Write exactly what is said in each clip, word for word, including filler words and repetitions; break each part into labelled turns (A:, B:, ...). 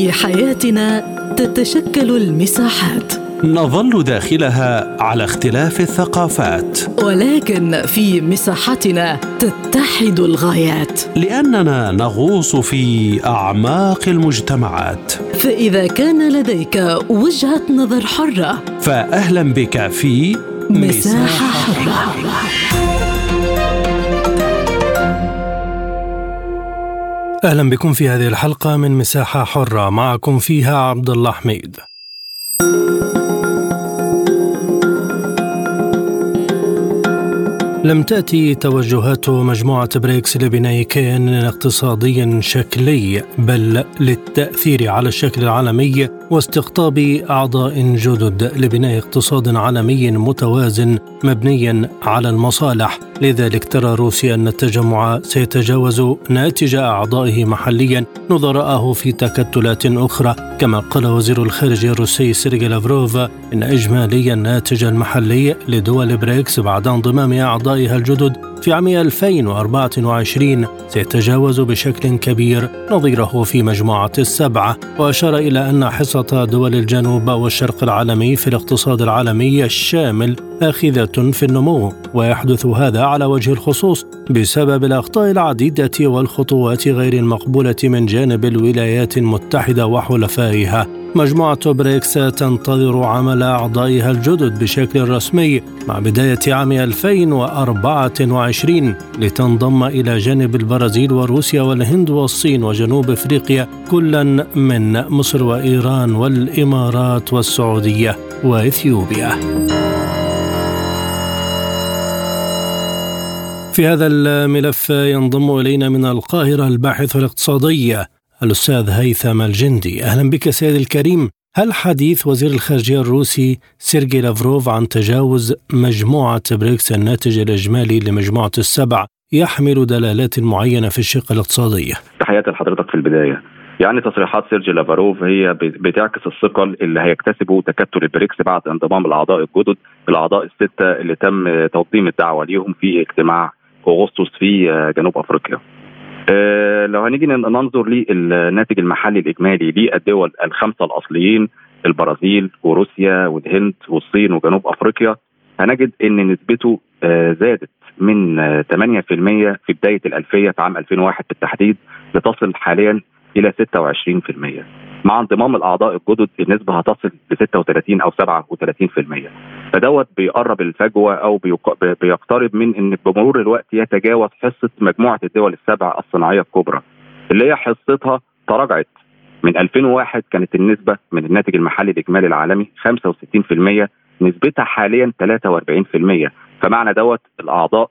A: في حياتنا تتشكل المساحات،
B: نظل داخلها على اختلاف الثقافات،
A: ولكن في مساحتنا تتحد الغايات،
B: لأننا نغوص في أعماق المجتمعات.
A: فإذا كان لديك وجهة نظر حرة،
B: فأهلا بك في
A: مساحة حرة.
C: أهلا بكم في هذه الحلقة من مساحة حرة، معكم فيها عبد الله حميد. لم تأتي توجهات مجموعة بريكس لبناء كيان اقتصادي شكلي، بل للتأثير على الشكل العالمي واستقطاب أعضاء جدد لبناء اقتصاد عالمي متوازن مبني على المصالح. لذلك ترى روسيا أن التجمع سيتجاوز ناتج أعضائه محليا نظراءه في تكتلات أخرى. كما قال وزير الخارجية الروسي سيرجي لافروف إن إجمالي الناتج المحلي لدول بريكس بعد انضمام أعضائها الجدد في عام ألفين وأربعة وعشرين سيتجاوز بشكل كبير نظيره في مجموعة السبعة. وأشار إلى أن حصة دول الجنوب والشرق العالمي في الاقتصاد العالمي الشامل آخذة في النمو، ويحدث هذا على وجه الخصوص بسبب الأخطاء العديدة والخطوات غير المقبولة من جانب الولايات المتحدة وحلفائها. مجموعة بريكس تنتظر عمل أعضائها الجدد بشكل رسمي مع بداية عام ألفين وأربعة وعشرين لتنضم إلى جانب البرازيل وروسيا والهند والصين وجنوب أفريقيا، كلا من مصر وإيران والإمارات والسعودية وإثيوبيا. في هذا الملف ينضم إلينا من القاهرة الباحث الاقتصادي الأستاذ هيثم الجندي. أهلا بك سيد الكريم. هل حديث وزير الخارجية الروسي سيرجي لافروف عن تجاوز مجموعة بريكس الناتج الإجمالي لمجموعة السبع يحمل دلالات معينة في الشق الاقتصادي؟
D: تحياتي لحضرتك في البداية. يعني تصريحات سيرجي لافروف هي بتعكس الثقل اللي هيكتسبه تكتل البريكس بعد انضمام الأعضاء الجدد، الأعضاء الستة اللي تم تقديم الدعوة ليهم في اجتماع أغسطس في جنوب أفريقيا. أه لو هنيجي ننظر للناتج المحلي الإجمالي للدول الخمسة الأصليين، البرازيل وروسيا والهند والصين وجنوب أفريقيا، هنجد أن نسبته أه زادت من أه ثمانية بالمئة في بداية الألفية في عام ألفين وواحد بالتحديد لتصل حاليا إلى ستة وعشرين بالمئة. مع انضمام الأعضاء الجدد النسبة هتصل ل ستة وثلاثين أو سبعة وثلاثين بالمئة. فدوت بيقرب الفجوة أو بيقترب من أن بمرور الوقت يتجاوز حصة مجموعة الدول السبع الصناعية الكبرى اللي هي حصتها تراجعت من ألفين وواحد. كانت النسبة من الناتج المحلي الإجمالي العالمي خمسة وستين بالمئة، نسبتها حاليا ثلاثة وأربعين بالمئة. فمعنى دوت الأعضاء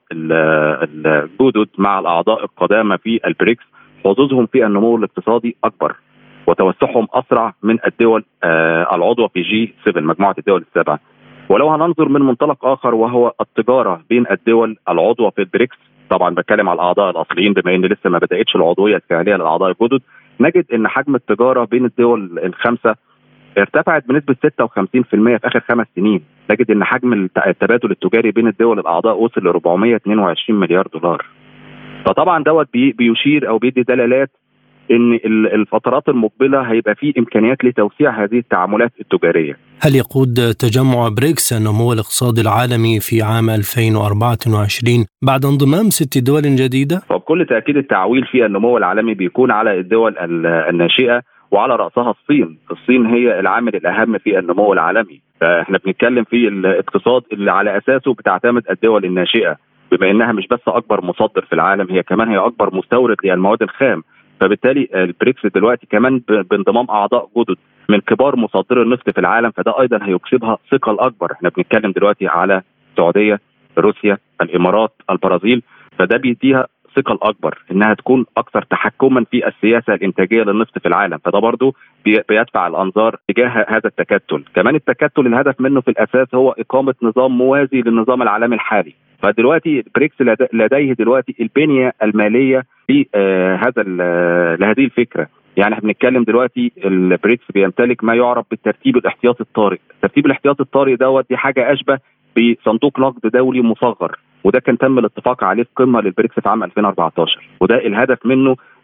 D: الجدد مع الأعضاء القدامى في البريكس حظوظهم في النمو الاقتصادي أكبر وتوسعهم أسرع من الدول آه العضوة في جي سبعة مجموعة الدول السبعة. ولو هننظر من منطلق آخر وهو التجارة بين الدول العضوة في البريكس، طبعا بتكلم على الأعضاء الأصليين بما أن لسه ما بدأتش العضوية الفعلية للأعضاء الجدد، نجد أن حجم التجارة بين الدول الخمسة ارتفعت بنسبة ستة وخمسين بالمئة في آخر خمس سنين. نجد أن حجم التبادل التجاري بين الدول الأعضاء وصل ل أربعمئة واثنين وعشرين مليار دولار. فطبعا دوت بي بيشير أو بيدي دلالات ان الفترات المقبله هيبقى فيه امكانيات لتوسيع هذه التعاملات التجاريه.
C: هل يقود تجمع بريكس النمو الاقتصادي العالمي في عام ألفين وأربعة وعشرين بعد انضمام ست دول جديده؟
D: وبكل تاكيد التعويل في النمو العالمي بيكون على الدول الناشئه وعلى راسها الصين. الصين هي العامل الاهم في النمو العالمي. فاحنا بنتكلم في الاقتصاد اللي على اساسه بتعتمد الدول الناشئه، بما انها مش بس اكبر مصدر في العالم، هي كمان هي اكبر مستورد للمواد الخام. فبالتالي البريكس دلوقتي كمان بانضمام اعضاء جدد من كبار مصدري النفط في العالم، فده ايضا هيكسبها ثقل اكبر. احنا بنتكلم دلوقتي على السعوديه، روسيا، الامارات، البرازيل، فده بيديها ثقل اكبر انها تكون اكثر تحكما في السياسه الانتاجيه للنفط في العالم. فده برضو بيدفع الانظار تجاه هذا التكتل. كمان التكتل الهدف منه في الاساس هو اقامه نظام موازي للنظام العالمي الحالي. فدلوقتي بريكس لديه دلوقتي البنيه الماليه لهذا لهذه الفكره. يعني احنا بنتكلم دلوقتي البريكس بيمتلك ما يعرف بالترتيب الاحتياطي الطارئ. الترتيب الاحتياطي الطارئ دوت دي حاجه اشبه بصندوق نقد دولي مصغر، وده كان تم الاتفاق عليه في قمه للبريكس في عام ألفين وأربعة عشر، وده الهدف منه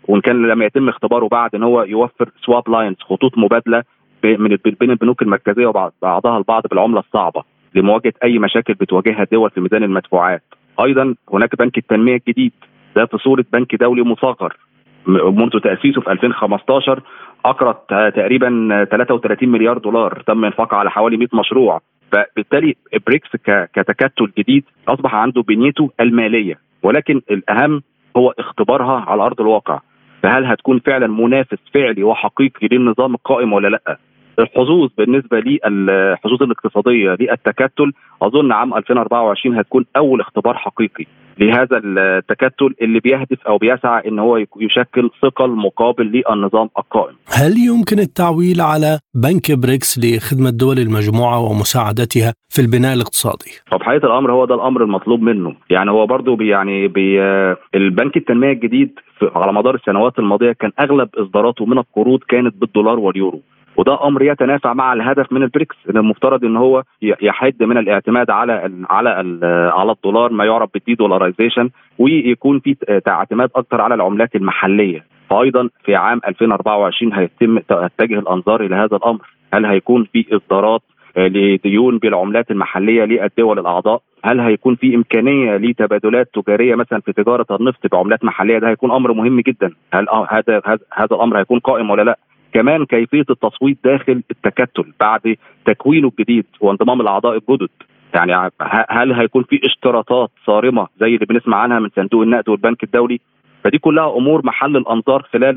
D: وان كان لم يتم اختباره بعد، ان هو يوفر سواب لاينز، خطوط مبادله من بين البنوك المركزيه وبعضها البعض بالعمله الصعبه لمواجهه اي مشاكل بتواجهها الدول في ميزان المدفوعات. ايضا هناك بنك التنميه الجديد، ده في صوره بنك دولي مصغر منذ تاسيسه في ألفين وخمستاشر، اقرض تقريبا ثلاثة وثلاثين مليار دولار، تم انفاقها على حوالي مئة مشروع. فبالتالي بريكس كتكتل جديد اصبح عنده بنيته الماليه، ولكن الاهم هو اختبارها على ارض الواقع. فهل هتكون فعلا منافس فعلي وحقيقي للنظام القائم ولا لا؟ الحظوظ بالنسبه للحظوظ الاقتصاديه للتكتل اظن عام ألفين وأربعة وعشرين هتكون اول اختبار حقيقي لهذا التكتل اللي بيهدف او بيسعى ان هو يشكل ثقل مقابل للنظام القائم.
C: هل يمكن التعويل على بنك بريكس لخدمه دول المجموعه ومساعدتها في البناء الاقتصادي؟
D: وبحقيقه الامر هو ده الامر المطلوب منه. يعني هو برضو بي يعني بي البنك التنميه الجديد على مدار السنوات الماضيه كان اغلب اصداراته من القروض كانت بالدولار واليورو، وده امر يتنافى مع الهدف من البريكس، ان المفترض ان هو يحد من الاعتماد على ال على ال على الدولار، ما يعرف بالدي دولاريزيشن، ويكون في اعتماد اكثر على العملات المحليه. فايضا في عام ألفين وأربعة وعشرين هيتم تتجه الانظار الى هذا الامر. هل هيكون في اصدارات لديون بالعملات المحليه للدول الاعضاء؟ هل هيكون في امكانيه لتبادلات تجاريه مثلا في تجاره النفط بعملات محليه؟ ده هيكون امر مهم جدا. هل هذا هذا الامر هيكون قائم ولا لا؟ كمان كيفيه التصويت داخل التكتل بعد تكوينه الجديد وانضمام الاعضاء الجدد. يعني هل هيكون في اشتراطات صارمه زي اللي بنسمع عنها من صندوق النقد والبنك الدولي؟ فدي كلها امور محل الانظار خلال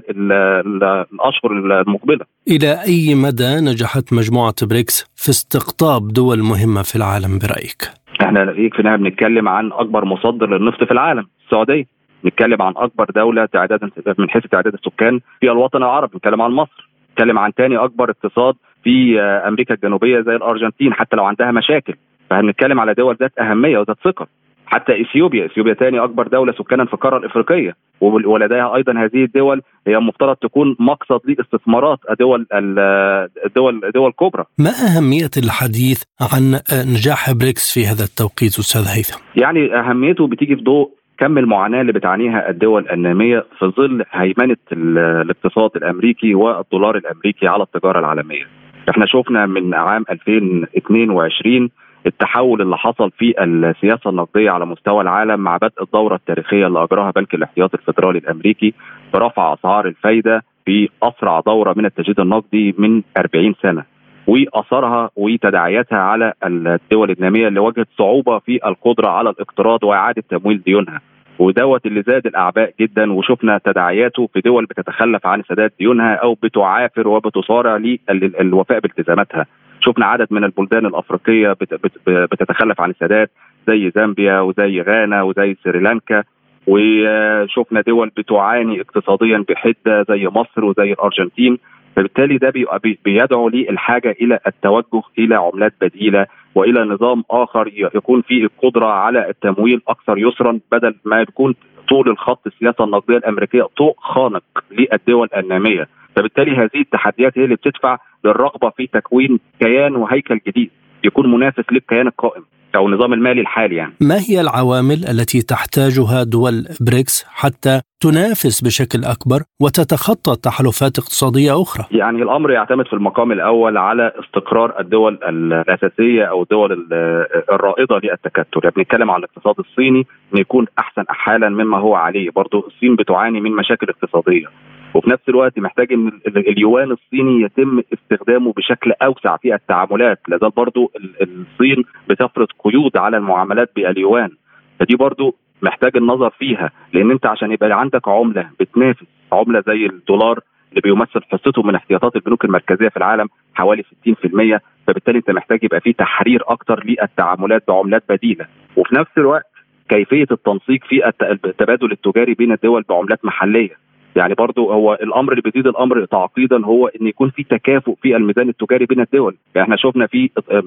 D: الاشهر المقبله.
C: الى اي مدى نجحت مجموعه بريكس في استقطاب دول مهمه في العالم برايك؟
D: احنا يكفينا بنتكلم عن اكبر مصدر للنفط في العالم، السعوديه. نتكلم عن اكبر دوله تعدادا من حيث تعداد السكان في الوطن العربي، نتكلم عن مصر. نتكلم عن ثاني اكبر اقتصاد في امريكا الجنوبيه زي الارجنتين حتى لو عندها مشاكل. فهنتكلم على دول ذات اهميه وذات ثقه. حتى اثيوبيا، اثيوبيا ثاني اكبر دوله سكانا في القاره الافريقيه، ولديها ايضا هذه الدول هي مفترض تكون مقصد لاستثمارات الدول الدول الدول الكبرى.
C: ما اهميه الحديث عن نجاح بريكس في هذا التوقيت استاذ هيثم؟
D: يعني اهميته بتيجي في ضوء كم المعاناة اللي بتعانيها الدول النامية في ظل هيمنة الاقتصاد الأمريكي والدولار الأمريكي على التجارة العالمية. احنا شفنا من عام ألفين واثنين وعشرين التحول اللي حصل في السياسة النقدية على مستوى العالم مع بدء الدورة التاريخية اللي أجراها بنك الاحتياطي الفيدرالي الأمريكي برفع أسعار الفايدة في أسرع دورة من التجديد النقدي من أربعين سنة، وأثرها وتداعياتها على الدول النامية اللي واجهت صعوبة في القدرة على الاقتراض وإعادة تمويل ديونها، ودوت اللي زاد الأعباء جدا. وشفنا تداعياته في دول بتتخلف عن سداد ديونها أو بتعافر وبتصارع للوفاء بالتزاماتها. شفنا عدد من البلدان الأفريقية بتتخلف عن السداد زي زامبيا وزي غانا وزي سريلانكا، وشفنا دول بتعاني اقتصاديا بحدة زي مصر وزي الأرجنتين. فبالتالي ده بيدعو للحاجة إلى التوجه إلى عملات بديلة وإلى نظام آخر يكون فيه القدرة على التمويل أكثر يسرا، بدل ما يكون طول الخط السياسة النقدية الأمريكية طوق خانق للدول النامية. فبالتالي هذه التحديات هي اللي بتدفع للرغبة في تكوين كيان وهيكل جديد يكون منافس للكيان القائم أو النظام المالي الحالي. يعني
C: ما هي العوامل التي تحتاجها دول بريكس حتى تنافس بشكل أكبر وتتخطى تحالفات اقتصادية أخرى؟
D: يعني الأمر يعتمد في المقام الأول على استقرار الدول الأساسية أو الدول الرائدة للتكتل. يعني بنتكلم عن الاقتصاد الصيني أن يكون أحسن حالا مما هو عليه. برضو الصين بتعاني من مشاكل اقتصادية، وفي نفس الوقت محتاج ان اليوان الصيني يتم استخدامه بشكل اوسع في التعاملات، لذلك برضو الصين بتفرض قيود على المعاملات باليوان. فدي برضو محتاج النظر فيها، لان انت عشان يبقى عندك عملة بتنافس عملة زي الدولار اللي بيمثل حصته من احتياطات البنوك المركزية في العالم حوالي ستين بالمئة، فبالتالي انت محتاج يبقى فيه تحرير اكتر للتعاملات بعملات بديلة. وفي نفس الوقت كيفية التنسيق في التبادل التجاري بين الدول بعملات محلية. يعني برضو هو الامر اللي بيزيد الامر تعقيدا هو ان يكون في تكافؤ في الميزان التجاري بين الدول. يعني احنا شفنا في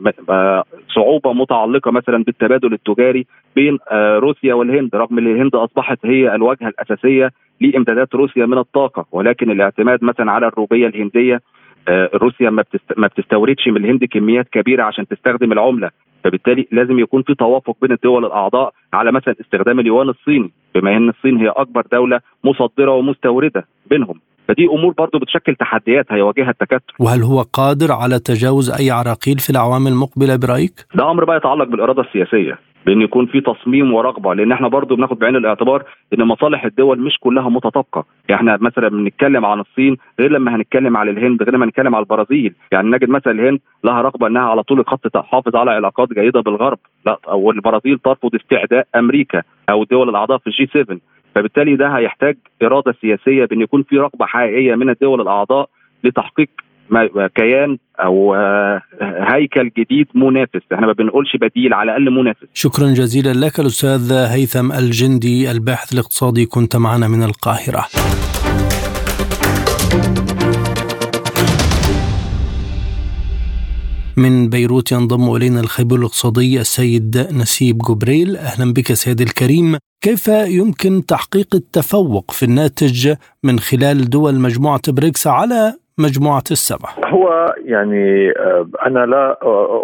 D: صعوبه متعلقه مثلا بالتبادل التجاري بين روسيا والهند، رغم ان الهند اصبحت هي الواجهه الاساسيه لامدادات روسيا من الطاقه، ولكن الاعتماد مثلا على الروبيه الهنديه، روسيا ما بتستوردش من الهند كميات كبيره عشان تستخدم العمله، فبالتالي لازم يكون في توافق بين الدول الاعضاء على مثلا استخدام اليوان الصيني، بما ان الصين هي اكبر دوله مصدره ومستورده بينهم. فدي امور برضو بتشكل تحديات هيواجهها التكتل.
C: وهل هو قادر على تجاوز اي عراقيل في الاعوام المقبله برايك؟
D: ده امر بقى يتعلق بالاراده السياسيه، بان يكون في تصميم ورغبه، لان احنا برضو بناخد بعين الاعتبار ان مصالح الدول مش كلها متطابقه. يعني احنا مثلا بنتكلم عن الصين غير لما هنتكلم على الهند، غير لما هنتكلم على البرازيل. يعني نجد مثلا الهند لها رغبه انها على طول الخط تحافظ على علاقات جيده بالغرب، لا، او البرازيل ترفض استعداء امريكا او الدول الاعضاء في الجي سبعة. فبالتالي ده هيحتاج اراده سياسيه بان يكون في رغبه حقيقيه من الدول الاعضاء لتحقيق كيان او هيكل جديد منافس. احنا ما بنقولش بديل، على الاقل منافس.
C: شكرا جزيلا لك الاستاذ هيثم الجندي الباحث الاقتصادي، كنت معنا من القاهره. من بيروت ينضم الينا الخبير الاقتصادي السيد نسيب جبريل. اهلا بك سيد الكريم. كيف يمكن تحقيق التفوق في الناتج من خلال دول مجموعه بريكس على مجموعة السبع؟
E: هو يعني أنا لا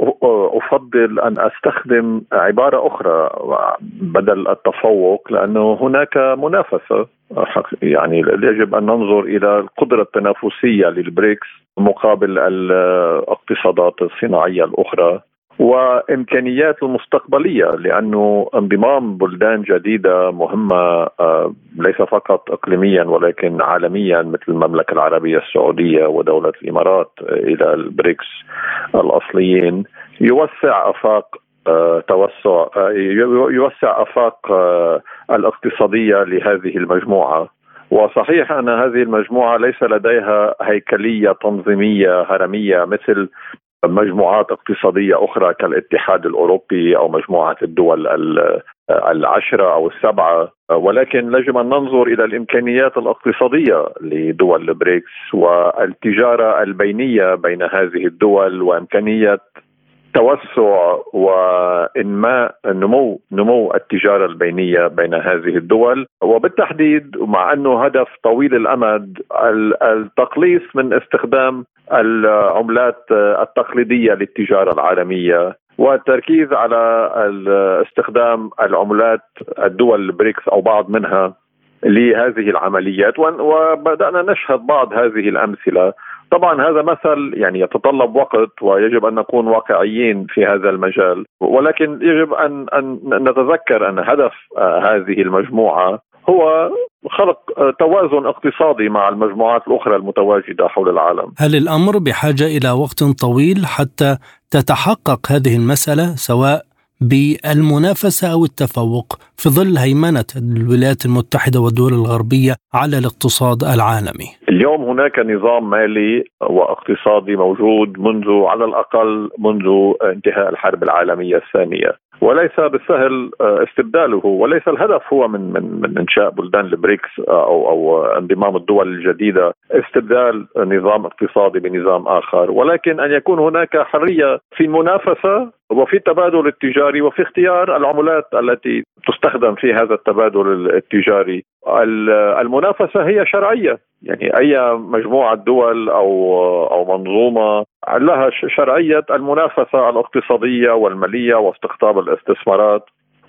E: أفضل أن أستخدم عبارة أخرى بدل التفوق، لأنه هناك منافسة. يعني يجب أن ننظر إلى القدرة التنافسية للبريكس مقابل الاقتصادات الصناعية الأخرى وإمكانيات المستقبلية، لأنه انضمام بلدان جديدة مهمة ليس فقط إقليميا ولكن عالميا، مثل المملكة العربية السعودية ودولة الإمارات إلى البريكس الأصليين، يوسع آفاق توسع يوسع آفاق الاقتصادية لهذه المجموعة. وصحيح أن هذه المجموعة ليس لديها هيكلية تنظيمية هرمية مثل مجموعات اقتصادية أخرى كالاتحاد الأوروبي أو مجموعة الدول العشرة أو السبعة، ولكن يجب أن ننظر إلى الإمكانيات الاقتصادية لدول البريكس والتجارة البينية بين هذه الدول وإمكانية توسع وإنماء نمو نمو التجارة البينية بين هذه الدول، وبالتحديد مع أنه هدف طويل الأمد التقليص من استخدام العملات التقليدية للتجارة العالمية والتركيز على استخدام العملات الدول البريكس أو بعض منها لهذه العمليات. وبدأنا نشهد بعض هذه الأمثلة. طبعا هذا مثل يعني يتطلب وقت ويجب أن نكون واقعيين في هذا المجال، ولكن يجب أن أن نتذكر أن هدف هذه المجموعة هو خلق توازن اقتصادي مع المجموعات الأخرى المتواجدة حول العالم.
C: هل الأمر بحاجة إلى وقت طويل حتى تتحقق هذه المسألة، سواء بالمنافسة أو التفوق في ظل هيمنة الولايات المتحدة والدول الغربية على الاقتصاد العالمي؟
E: اليوم هناك نظام مالي واقتصادي موجود منذ على الأقل منذ انتهاء الحرب العالمية الثانية، وليس بالسهل استبداله، وليس الهدف هو من من من انشاء بلدان البريكس او او انضمام الدول الجديدة استبدال نظام اقتصادي بنظام آخر، ولكن ان يكون هناك حرية في المنافسة وفي التبادل التجاري وفي اختيار العملات التي تستخدم في هذا التبادل التجاري. المنافسة هي شرعية، يعني أي مجموعة دول أو أو منظومة لها شرعية المنافسة الاقتصادية والمالية واستقطاب الاستثمارات.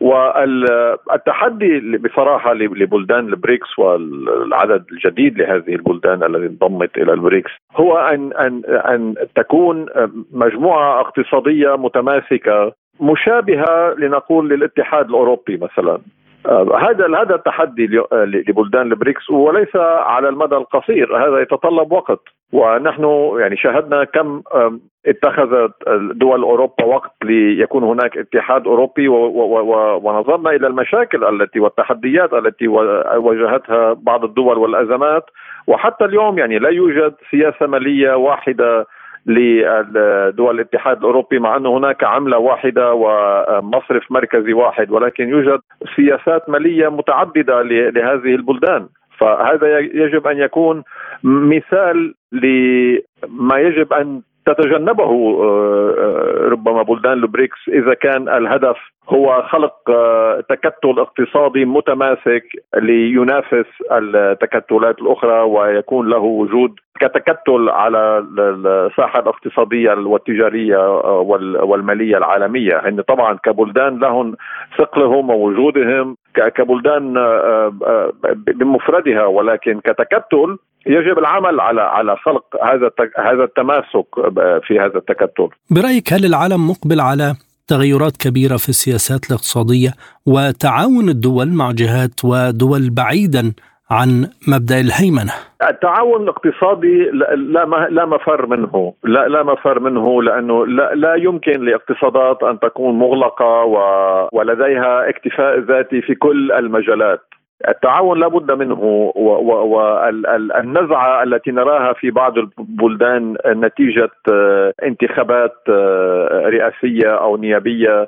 E: والتحدي بصراحة لبلدان البريكس والعدد الجديد لهذه البلدان التي انضمت إلى البريكس هو أن أن أن تكون مجموعة اقتصادية متماسكة مشابهة لنقول للاتحاد الأوروبي مثلا. هذا هذا التحدي لبلدان البريكس وليس على المدى القصير، هذا يتطلب وقت. ونحن يعني شاهدنا كم اتخذت دول أوروبا وقت ليكون هناك اتحاد أوروبي، ونظرنا إلى المشاكل التي والتحديات التي واجهتها بعض الدول والأزمات. وحتى اليوم يعني لا يوجد سياسة مالية واحدة لدول الاتحاد الأوروبي، مع أن هناك عملة واحدة ومصرف مركزي واحد، ولكن يوجد سياسات مالية متعددة لهذه البلدان. فهذا يجب أن يكون مثال لما يجب أن تتجنبه ربما بلدان البريكس إذا كان الهدف هو خلق تكتل اقتصادي متماسك لينافس التكتلات الأخرى ويكون له وجود كتكتل على الساحة الاقتصادية والتجارية والمالية العالمية. يعني طبعا كبلدان لهم ثقلهم ووجودهم كبلدان بمفردها، ولكن كتكتل يجب العمل على على خلق هذا هذا التماسك في هذا التكتل.
C: برأيك هل العالم مقبل على تغيرات كبيرة في السياسات الاقتصادية وتعاون الدول مع جهات ودول بعيدا عن مبدأ الهيمنة؟
E: التعاون الاقتصادي لا لا مفر منه، لا لا مفر منه لأنه لا, لا يمكن لاقتصادات أن تكون مغلقة ولديها اكتفاء ذاتي في كل المجالات. التعاون لا بد منه، والنزعة التي نراها في بعض البلدان نتيجة انتخابات رئاسية أو نيابية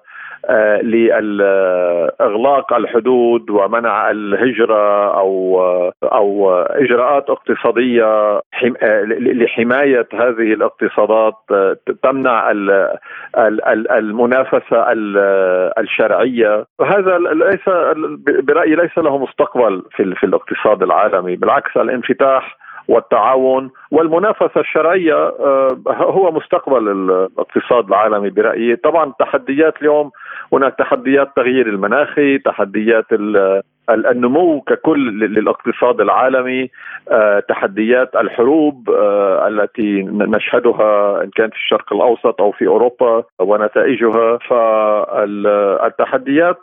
E: لإغلاق الحدود ومنع الهجرة أو أو إجراءات اقتصادية لحماية هذه الاقتصادات تمنع المنافسة الشرعية. هذا ليس برأيي ليس له مستقبل في الاقتصاد العالمي. بالعكس، الانفتاح والتعاون والمنافسة الشرعية هو مستقبل الاقتصاد العالمي برأيي. طبعا تحديات اليوم، هناك تحديات تغيير المناخي، تحديات النمو ككل للاقتصاد العالمي، تحديات الحروب التي نشهدها إن كانت في الشرق الأوسط أو في أوروبا ونتائجها. فالتحديات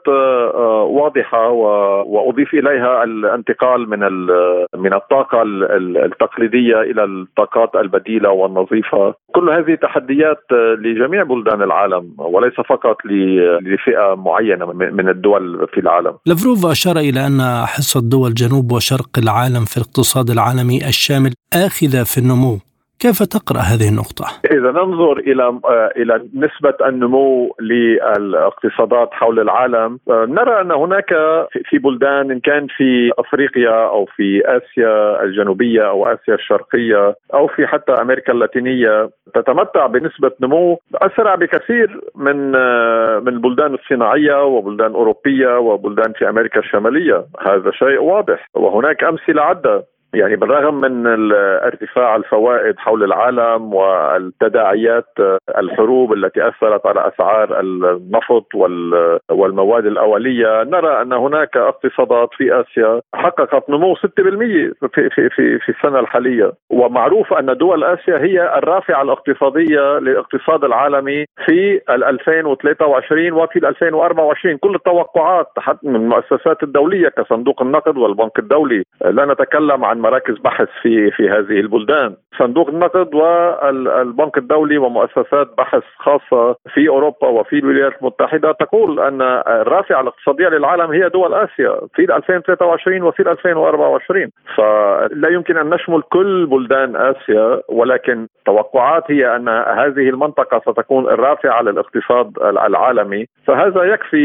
E: واضحة، وأضيف إليها الانتقال من من الطاقة التقليدية إلى الطاقات البديلة والنظيفة. كل هذه تحديات لجميع بلدان العالم وليس فقط لفئة معينة من الدول في العالم.
C: لافروف أشار إلى أن حصة دول جنوب وشرق العالم في الاقتصاد العالمي الشامل آخذة في النمو. كيف تقرأ هذه النقطة؟
E: إذا ننظر إلى إلى نسبة النمو للاقتصادات حول العالم، نرى أن هناك في بلدان إن كان في أفريقيا أو في آسيا الجنوبية أو آسيا الشرقية أو في حتى أمريكا اللاتينية تتمتع بنسبة نمو أسرع بكثير من من البلدان الصناعية وبلدان أوروبية وبلدان في أمريكا الشمالية. هذا شيء واضح، وهناك أمثلة عدة. يعني بالرغم من ارتفاع الفوائد حول العالم والتداعيات الحروب التي أثرت على أسعار النفط والمواد الأولية، نرى أن هناك اقتصادات في آسيا حققت نمو ستة بالمئة في, في, في, في السنة الحالية. ومعروف أن دول آسيا هي الرافعة الاقتصادية للاقتصاد العالمي في ألفين وثلاثة وعشرين وفي ألفين وأربعة وعشرين. كل التوقعات من المؤسسات الدولية كصندوق النقد والبنك الدولي، لا نتكلم عن مراكز بحث في في هذه البلدان، صندوق النقد والبنك الدولي ومؤسسات بحث خاصة في أوروبا وفي الولايات المتحدة تقول أن الرافعة الاقتصادية للعالم هي دول آسيا في ألفين وثلاثة وعشرين وفي ألفين وأربعة وعشرين. فلا يمكن أن نشمل كل بلدان آسيا، ولكن توقعات هي أن هذه المنطقة ستكون الرافعة للاقتصاد العالمي. فهذا يكفي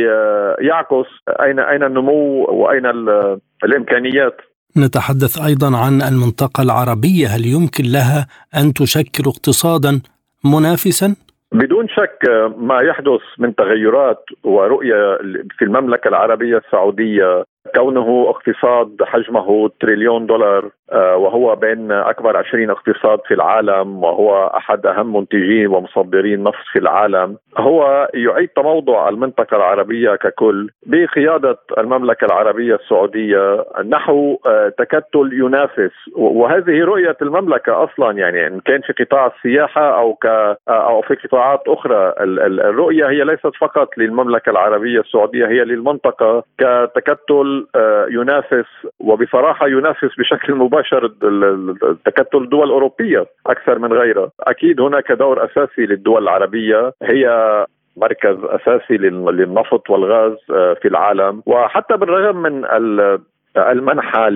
E: ليعكس أين أين النمو وأين الإمكانيات.
C: نتحدث أيضا عن المنطقة العربية، هل يمكن لها أن تشكل اقتصادا منافسا؟
E: بدون شك ما يحدث من تغيرات ورؤية في المملكة العربية السعودية، كونه اقتصاد حجمه تريليون دولار وهو بين أكبر عشرين اقتصاد في العالم وهو أحد أهم منتجين ومصدرين نفط في العالم، هو يعيد تموضع المنطقة العربية ككل بقيادة المملكة العربية السعودية نحو تكتل ينافس. وهذه رؤية المملكة أصلا، يعني إن كان في قطاع السياحة أو ك أو في قطاعات أخرى، الرؤية هي ليست فقط للمملكة العربية السعودية، هي للمنطقة كتكتل ينافس، وبصراحة ينافس بشكل مباشر تكتل الدول الأوروبية أكثر من غيرها. أكيد هناك دور أساسي للدول العربية، هي مركز أساسي للنفط والغاز في العالم. وحتى بالرغم من المنحة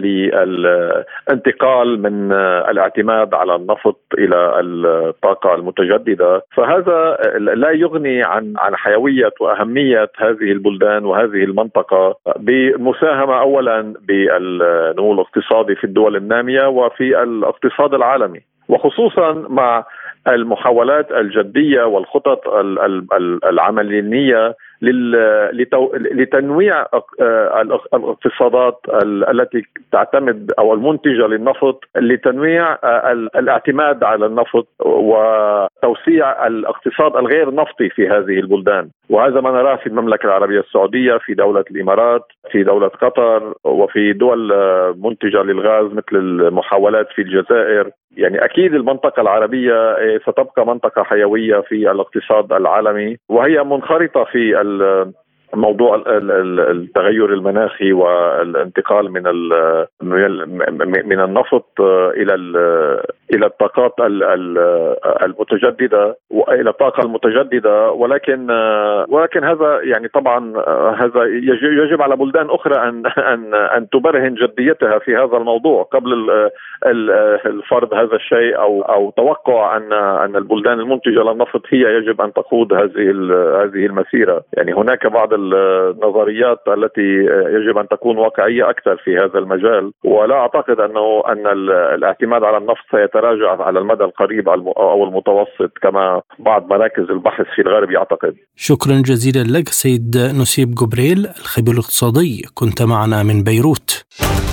E: للانتقال من الاعتماد على النفط إلى الطاقة المتجددة، فهذا لا يغني عن عن حيوية وأهمية هذه البلدان وهذه المنطقة بمساهمة أولا بالنمو الاقتصادي في الدول النامية وفي الاقتصاد العالمي، وخصوصا مع المحاولات الجدية والخطط العملية لتنويع الاقتصادات التي تعتمد أو المنتجة للنفط، لتنويع الاعتماد على النفط وتوسيع الاقتصاد الغير نفطي في هذه البلدان. وهذا ما نراه في المملكة العربية السعودية، في دولة الإمارات، في دولة قطر، وفي دول منتجة للغاز مثل المحاولات في الجزائر. يعني أكيد المنطقة العربية ستبقى منطقة حيوية في الاقتصاد العالمي، وهي منخرطة في موضوع التغير المناخي والانتقال من من النفط الى الى الطاقات المتجدده والى الطاقه المتجدده. ولكن ولكن هذا يعني طبعا هذا يجب على بلدان اخرى ان ان ان تبرهن جديتها في هذا الموضوع قبل الفرض هذا الشيء او او توقع ان ان البلدان المنتجه للنفط هي يجب ان تقود هذه هذه المسيره. يعني هناك بعض النظريات التي يجب أن تكون واقعية أكثر في هذا المجال، ولا أعتقد أنه أن الاعتماد على النفط سيتراجع على المدى القريب أو المتوسط كما بعض مراكز البحث في الغرب يعتقد.
C: شكرا جزيلا لك سيد نسيب جبريل، الخبير الاقتصادي، كنت معنا من بيروت.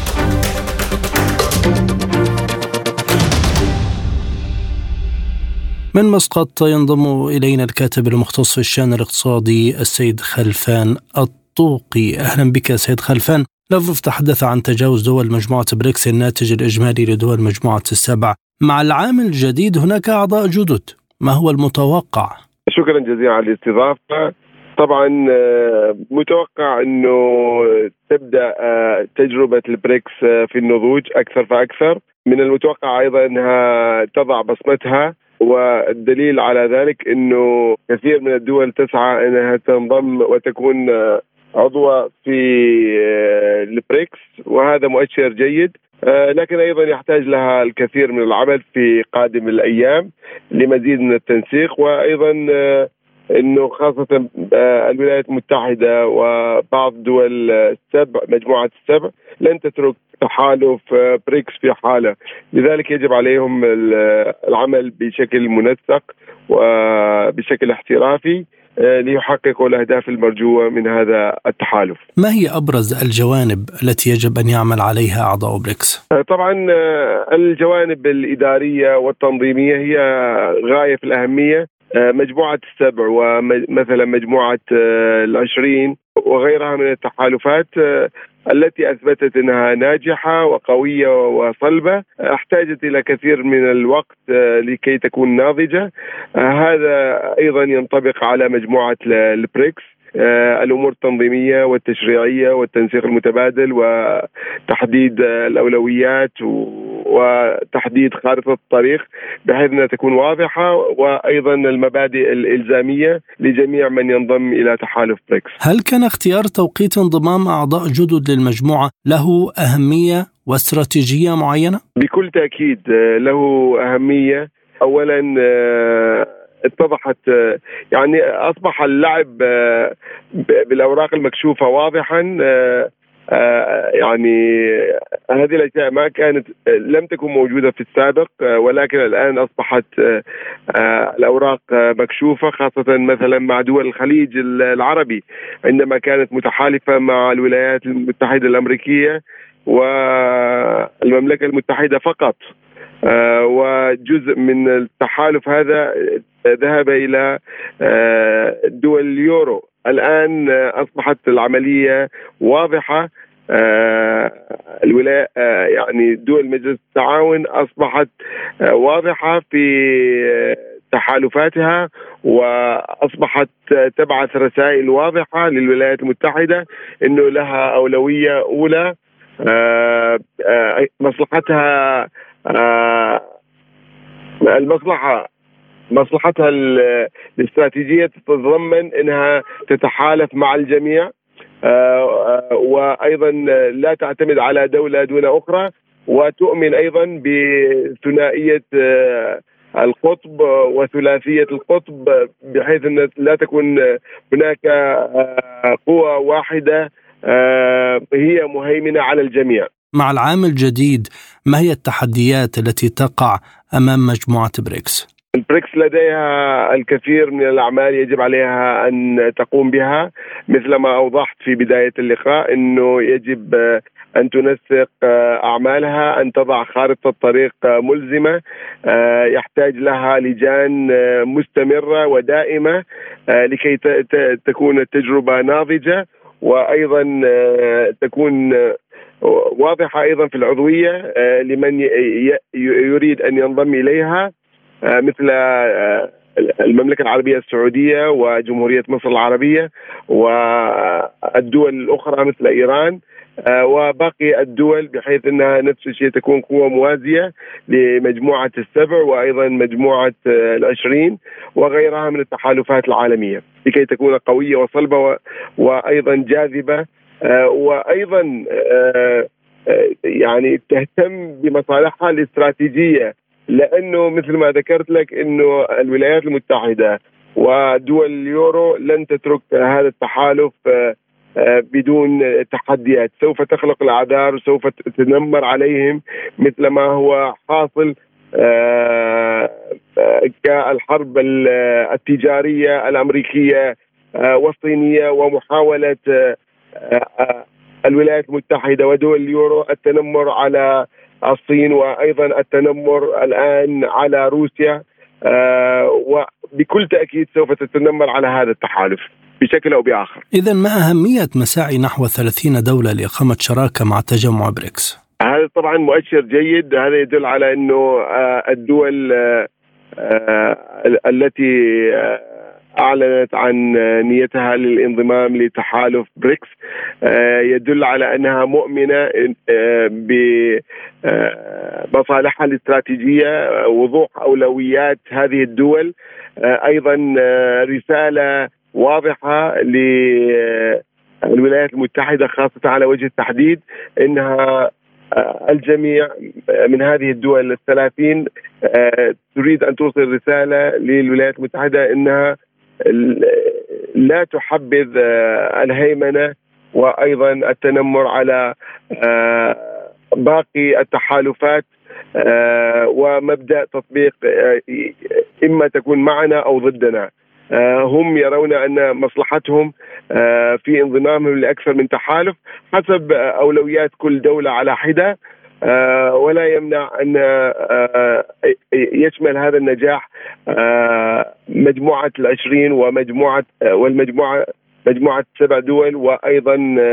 C: من مسقط ينضم إلينا الكاتب المختص في الشأن الاقتصادي السيد خلفان الطوقي. أهلا بك سيد خلفان. لافروف تحدث عن تجاوز دول مجموعة بريكس الناتج الإجمالي لدول مجموعة السبع. مع العام الجديد هناك أعضاء جدد، ما هو المتوقع؟
F: شكرا جزيلا على الاستضافة. طبعا متوقع أنه تبدأ تجربة البريكس في النضوج أكثر فأكثر. من المتوقع أيضا أنها تضع بصمتها، والدليل على ذلك أنه كثير من الدول تسعى أنها تنضم وتكون عضوة في البريكس، وهذا مؤشر جيد. لكن أيضا يحتاج لها الكثير من العمل في قادم الأيام لمزيد من التنسيق، وأيضا أنه خاصة الولايات المتحدة وبعض دول السبع مجموعة السبع لن تترك تحالف بريكس في حالة، لذلك يجب عليهم العمل بشكل منسق وبشكل احترافي ليحققوا الأهداف المرجوة من هذا التحالف.
C: ما هي أبرز الجوانب التي يجب أن يعمل عليها أعضاء بريكس؟
F: طبعا الجوانب الإدارية والتنظيمية هي غاية في الأهمية. مجموعة السبع ومثلا مجموعة العشرين وغيرها من التحالفات التي أثبتت أنها ناجحة وقوية وصلبة احتاجت إلى كثير من الوقت لكي تكون ناضجة. هذا أيضا ينطبق على مجموعة البريكس. الأمور التنظيمية والتشريعية والتنسيق المتبادل وتحديد الأولويات وتحديد خارطة الطريق بحيث أنها تكون واضحة، وأيضا المبادئ الإلزامية لجميع من ينضم إلى تحالف بريكس.
C: هل كان اختيار توقيت انضمام أعضاء جدد للمجموعة له أهمية واستراتيجية معينة؟
F: بكل تأكيد له أهمية. أولا اتضحت يعني أصبح اللعب بالأوراق المكشوفة واضحا. يعني هذه الأشياء ما كانت لم تكن موجودة في السابق، ولكن الآن أصبحت الأوراق مكشوفة، خاصة مثلا مع دول الخليج العربي عندما كانت متحالفة مع الولايات المتحدة الأمريكية والمملكة المتحدة فقط، وجزء من التحالف هذا ذهب إلى دول اليورو. الآن أصبحت العملية واضحة. الولاية يعني دول مجلس التعاون أصبحت واضحة في تحالفاتها، وأصبحت تبعث رسائل واضحة للولايات المتحدة إنه لها أولوية أولى. مصلحتها المصلحة مصلحتها الاستراتيجية تتضمن أنها تتحالف مع الجميع، وأيضا لا تعتمد على دولة دون أخرى، وتؤمن أيضا بثنائية القطب وثلاثية القطب بحيث أن لا تكون هناك قوة واحدة هي مهيمنة على الجميع.
C: مع العام الجديد ما هي التحديات التي تقع أمام مجموعة بريكس؟
F: البريكس لديها الكثير من الأعمال يجب عليها أن تقوم بها، مثل ما أوضحت في بداية اللقاء أنه يجب أن تنسق أعمالها، أن تضع خارطة طريق ملزمة يحتاج لها لجان مستمرة ودائمة لكي تكون التجربة ناضجة، وأيضا تكون واضحة أيضا في العضوية لمن يريد أن ينضم إليها، مثل المملكة العربية السعودية وجمهورية مصر العربية والدول الأخرى مثل إيران وباقي الدول، بحيث أنها نفس الشيء تكون قوة موازية لمجموعة السبع وأيضا مجموعة العشرين وغيرها من التحالفات العالمية، لكي تكون قوية وصلبة وأيضا جاذبة، وأيضا يعني تهتم بمصالحها الاستراتيجية، لأنه مثل ما ذكرت لك أنه الولايات المتحدة ودول اليورو لن تترك هذا التحالف بدون تحديات، سوف تخلق الأعذار، سوف تنمر عليهم مثل ما هو حاصل كالحرب التجارية الأمريكية والصينية، ومحاولة الولايات المتحدة ودول اليورو التنمر على الصين، وأيضا التنمر الآن على روسيا، وبكل تأكيد سوف تتنمر على هذا التحالف بشكل أو بآخر.
C: إذن ما أهمية مساعي نحو ثلاثين دولة لإقامة شراكة مع تجمع بريكس؟
F: هذا طبعا مؤشر جيد، هذا يدل على أنه الدول التي أعلنت عن نيتها للانضمام لتحالف بريكس يدل على أنها مؤمنة بمصالحها الاستراتيجية، وضوح أولويات هذه الدول، أيضا رسالة واضحة للولايات المتحدة خاصة على وجه التحديد أنها الجميع من هذه الدول الثلاثين تريد أن توصل رسالة للولايات المتحدة أنها لا تحبذ الهيمنة وأيضا التنمر على باقي التحالفات، ومبدأ تطبيق إما تكون معنا أو ضدنا. هم يرون أن مصلحتهم في انضمامهم لأكثر من تحالف حسب أولويات كل دولة على حدة، ولا يمنع أن يشمل هذا النجاح مجموعة العشرين ومجموعة والمجموعة مجموعة سبع دول، وأيضا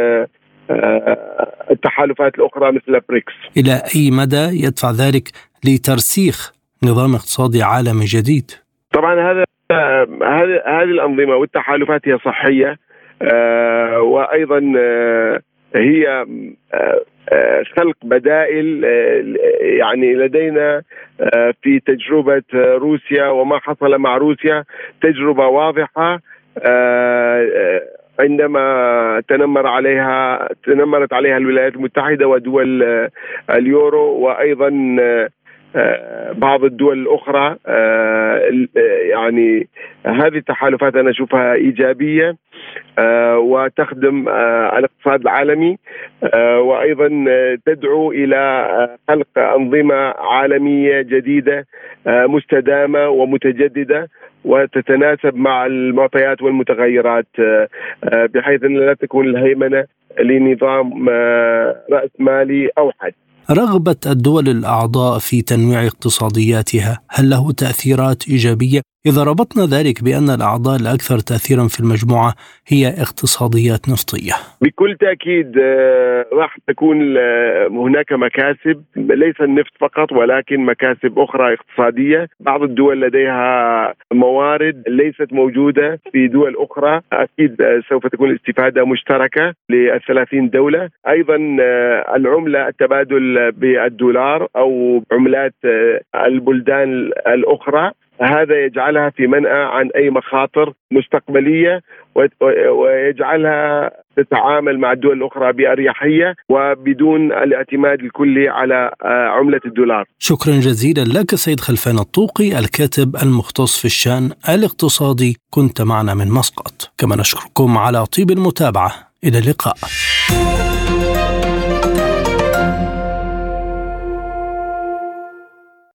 F: التحالفات الأخرى مثل بريكس.
C: إلى أي مدى يدفع ذلك لترسيخ نظام اقتصادي عالمي جديد؟
F: طبعا هذا هذه هذه الأنظمة والتحالفات هي صحية، وأيضا هي خلق بدائل. يعني لدينا في تجربة روسيا وما حصل مع روسيا تجربة واضحة، عندما تنمر عليها تنمرت عليها الولايات المتحدة ودول اليورو، وأيضا بعض الدول الأخرى. يعني هذه التحالفات أنا أشوفها إيجابية وتخدم الاقتصاد العالمي، وأيضا تدعو إلى خلق أنظمة عالمية جديدة مستدامة ومتجددة وتتناسب مع المعطيات والمتغيرات، بحيث أن لا تكون الهيمنة لنظام رأس مالي أوحد.
C: رغبة الدول الأعضاء في تنويع اقتصادياتها هل له تأثيرات إيجابية إذا ربطنا ذلك بأن الأعضاء الأكثر تأثيرا في المجموعة هي اقتصاديات نفطية؟
F: بكل تأكيد راح تكون هناك مكاسب، ليس النفط فقط ولكن مكاسب أخرى اقتصادية. بعض الدول لديها موارد ليست موجودة في دول أخرى، أكيد سوف تكون استفادة مشتركة للثلاثين دولة. أيضا العملة التبادل بالدولار أو عملات البلدان الأخرى، هذا يجعلها في منأى عن أي مخاطر مستقبلية ويجعلها تتعامل مع الدول الأخرى بأريحية وبدون الاعتماد الكلي على عملة الدولار.
C: شكرا جزيلا لك سيد خلفان الطوقي، الكاتب المختص في الشأن الاقتصادي، كنت معنا من مسقط. كما نشكركم على طيب المتابعة. إلى اللقاء.